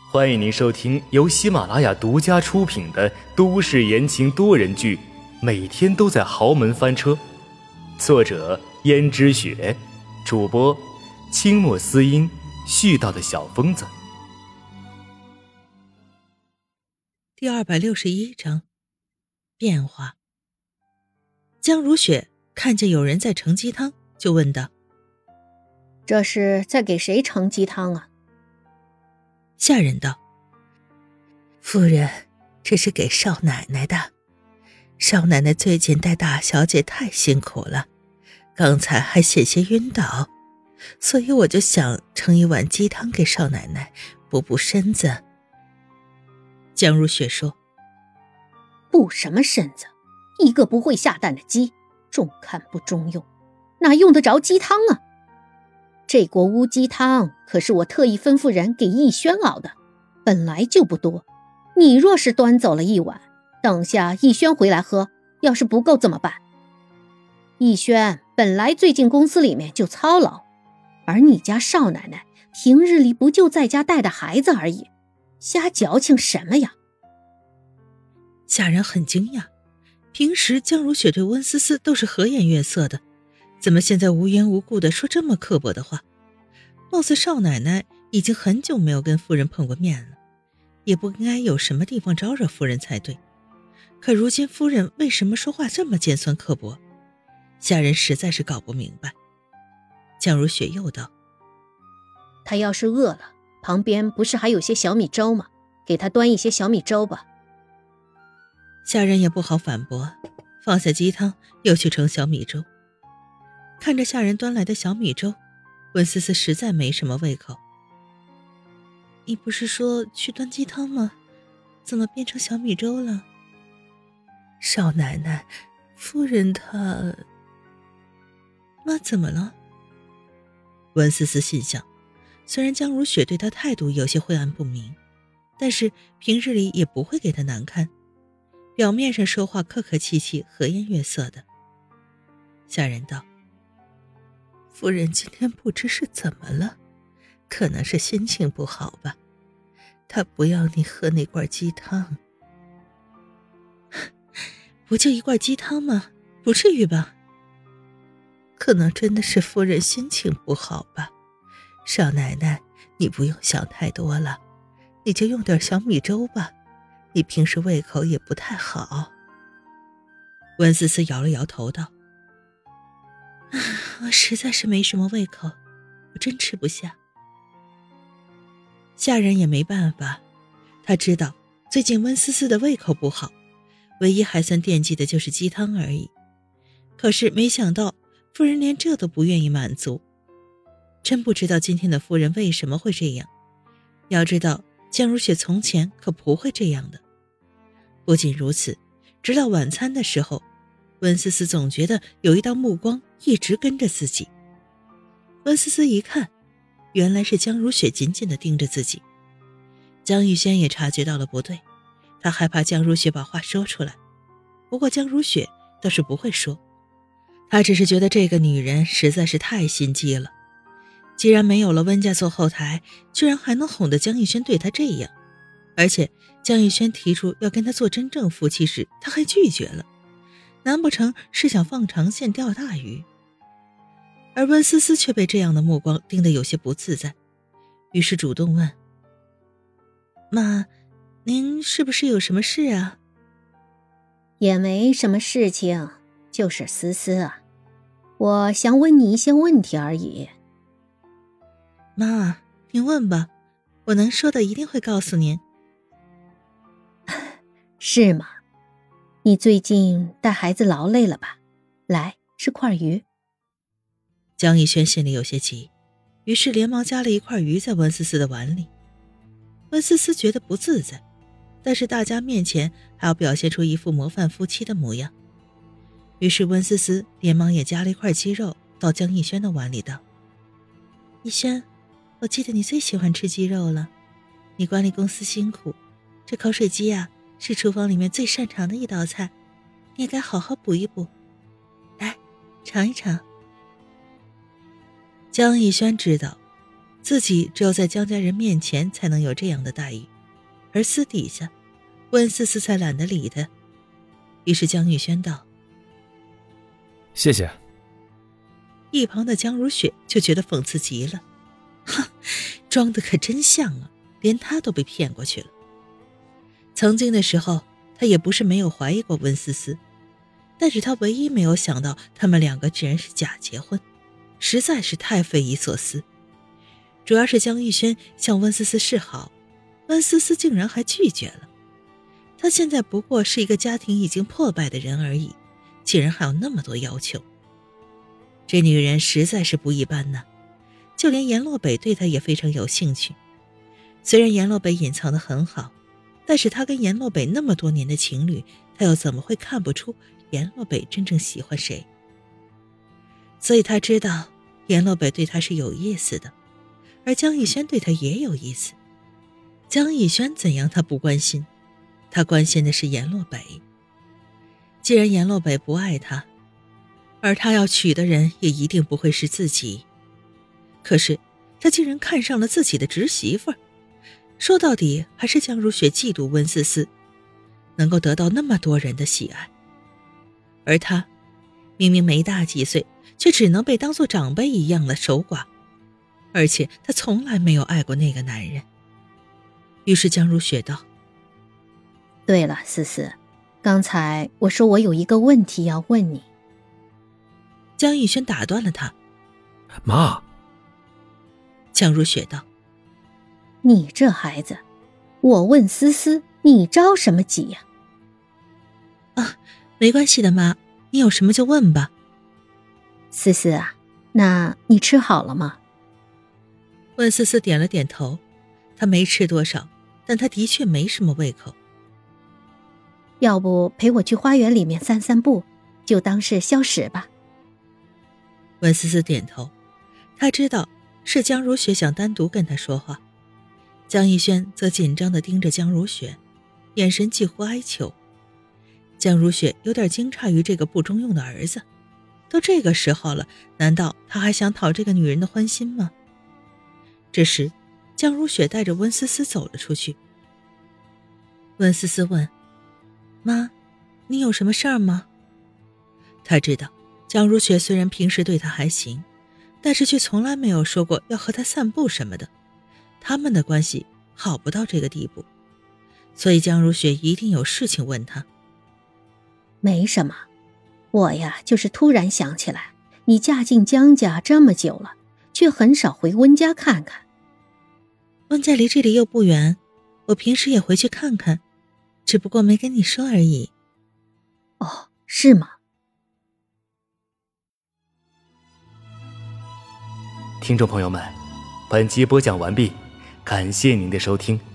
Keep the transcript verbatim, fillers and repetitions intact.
欢迎您收听由喜马拉雅独家出品的都市言情多人剧《每天都在豪门翻车》，作者胭脂雪，主播清墨思音，絮叨的小疯子。 第二百六十一章，变化。江如雪看见有人在盛鸡汤，就问道： 这是在给谁盛鸡汤啊？ 下人道：夫人，这是给少奶奶的。少奶奶最近带大小姐太辛苦了，刚才还险些晕倒，所以我就想盛一碗鸡汤给少奶奶补补身子。江如雪说： 补什么身子？一个不会下蛋的鸡，中看不中用，哪用得着鸡汤啊？这锅乌鸡汤可是我特意吩咐人给逸轩熬的，本来就不多，你若是端走了一碗，等下逸轩回来喝，要是不够怎么办？逸轩本来最近公司里面就操劳，而你家少奶奶平日里不就在家带着孩子而已，瞎矫情什么呀？ 下人很惊讶，平时江如雪对温思思都是和颜悦色的，怎么现在无缘无故地说这么刻薄的话？貌似少奶奶已经很久没有跟夫人碰过面了，也不应该有什么地方招惹夫人才对。可如今夫人为什么说话这么尖酸刻薄？下人实在是搞不明白。江如雪又道： 他要是饿了，旁边不是还有些小米粥吗？给他端一些小米粥吧。 下人也不好反驳，放下鸡汤又去盛小米粥。看着下人端来的小米粥，温思思实在没什么胃口。你不是说去端鸡汤吗？怎么变成小米粥了？少奶奶，夫人她……妈怎么了？温思思心想，虽然江如雪对她态度有些晦暗不明，但是平日里也不会给她难堪，表面上说话客客气气和颜悦色的。下人道：夫人今天不知是怎么了，可能是心情不好吧，她不要你喝那罐鸡汤。不就一罐鸡汤吗？不至于吧？可能真的是夫人心情不好吧。少奶奶，你不用想太多了，你就用点小米粥吧，你平时胃口也不太好。温思思摇了摇头道：我实在是没什么胃口，我真吃不下。下人也没办法，他知道最近温思思的胃口不好，唯一还算惦记的就是鸡汤而已。可是没想到夫人连这都不愿意满足，真不知道今天的夫人为什么会这样。要知道江如雪从前可不会这样的。不仅如此，直到晚餐的时候，温思思总觉得有一道目光一直跟着自己。温思思一看，原来是江如雪紧紧地盯着自己。江玉轩也察觉到了不对，他害怕江如雪把话说出来，不过江如雪倒是不会说，他只是觉得这个女人实在是太心机了。既然没有了温家做后台，居然还能哄得江玉轩对他这样，而且江玉轩提出要跟他做真正夫妻时，他还拒绝了，难不成是想放长线钓大鱼？而温思思却被这样的目光盯得有些不自在，于是主动问：妈，您是不是有什么事啊？ 也没什么事情，就是思思啊，我想问你一些问题而已。 妈，您问吧，我能说的一定会告诉您。 是吗？你最近带孩子劳累了吧？来，吃块鱼。 江逸轩心里有些急，于是连忙夹了一块鱼在温思思的碗里。温思思觉得不自在，但是大家面前还要表现出一副模范夫妻的模样，于是温思思连忙也夹了一块鸡肉到江逸轩的碗里道：逸轩，我记得你最喜欢吃鸡肉了，你管理公司辛苦，这口水鸡啊是厨房里面最擅长的一道菜，你也该好好补一补，来尝一尝。江逸轩知道自己只有在江家人面前才能有这样的待遇，而私底下温思思才懒得理他。于是江玉轩道： 谢谢。 一旁的江如雪就觉得讽刺极了，哈，装的可真像啊，连他都被骗过去了。曾经的时候他也不是没有怀疑过温思思，但是他唯一没有想到他们两个居然是假结婚，实在是太匪夷所思。主要是江玉轩向温思思示好，温思思竟然还拒绝了。他现在不过是一个家庭已经破败的人而已，竟然还有那么多要求。这女人实在是不一般呢，就连阎洛北对她也非常有兴趣。虽然阎洛北隐藏得很好，但是他跟阎洛北那么多年的情侣，他又怎么会看不出阎洛北真正喜欢谁？所以他知道阎洛北对他是有意思的，而江逸轩对他也有意思。江逸轩怎样他不关心，他关心的是阎洛北。既然阎洛北不爱他，而他要娶的人也一定不会是自己，可是他竟然看上了自己的侄媳妇儿。说到底还是江如雪嫉妒温思思能够得到那么多人的喜爱，而他明明没大几岁，却只能被当作长辈一样的守寡，而且他从来没有爱过那个男人。于是江如雪道： 对了，思思，刚才我说我有一个问题要问你。 江逸轩打断了他： 妈。 江如雪道： 你这孩子，我问思思，你着什么急呀？ 啊，没关系的妈，你有什么就问吧。 思思啊，那你吃好了吗？ 温思思点了点头，她没吃多少，但她的确没什么胃口。 要不陪我去花园里面散散步，就当是消食吧。 温思思点头，她知道是江如雪想单独跟她说话。江逸轩则紧张地盯着江如雪，眼神几乎哀求。江如雪有点惊诧于这个不中用的儿子，都这个时候了，难道他还想讨这个女人的欢心吗？这时江如雪带着温思思走了出去。温思思问：妈，你有什么事儿吗？他知道江如雪虽然平时对他还行，但是却从来没有说过要和他散步什么的，他们的关系好不到这个地步，所以江如雪一定有事情问他。 没什么，我呀就是突然想起来，你嫁进江家这么久了，却很少回温家看看。 温家离这里又不远，我平时也回去看看，只不过没跟你说而已。 哦，是吗？ 听众朋友们，本集播讲完毕，感谢您的收听。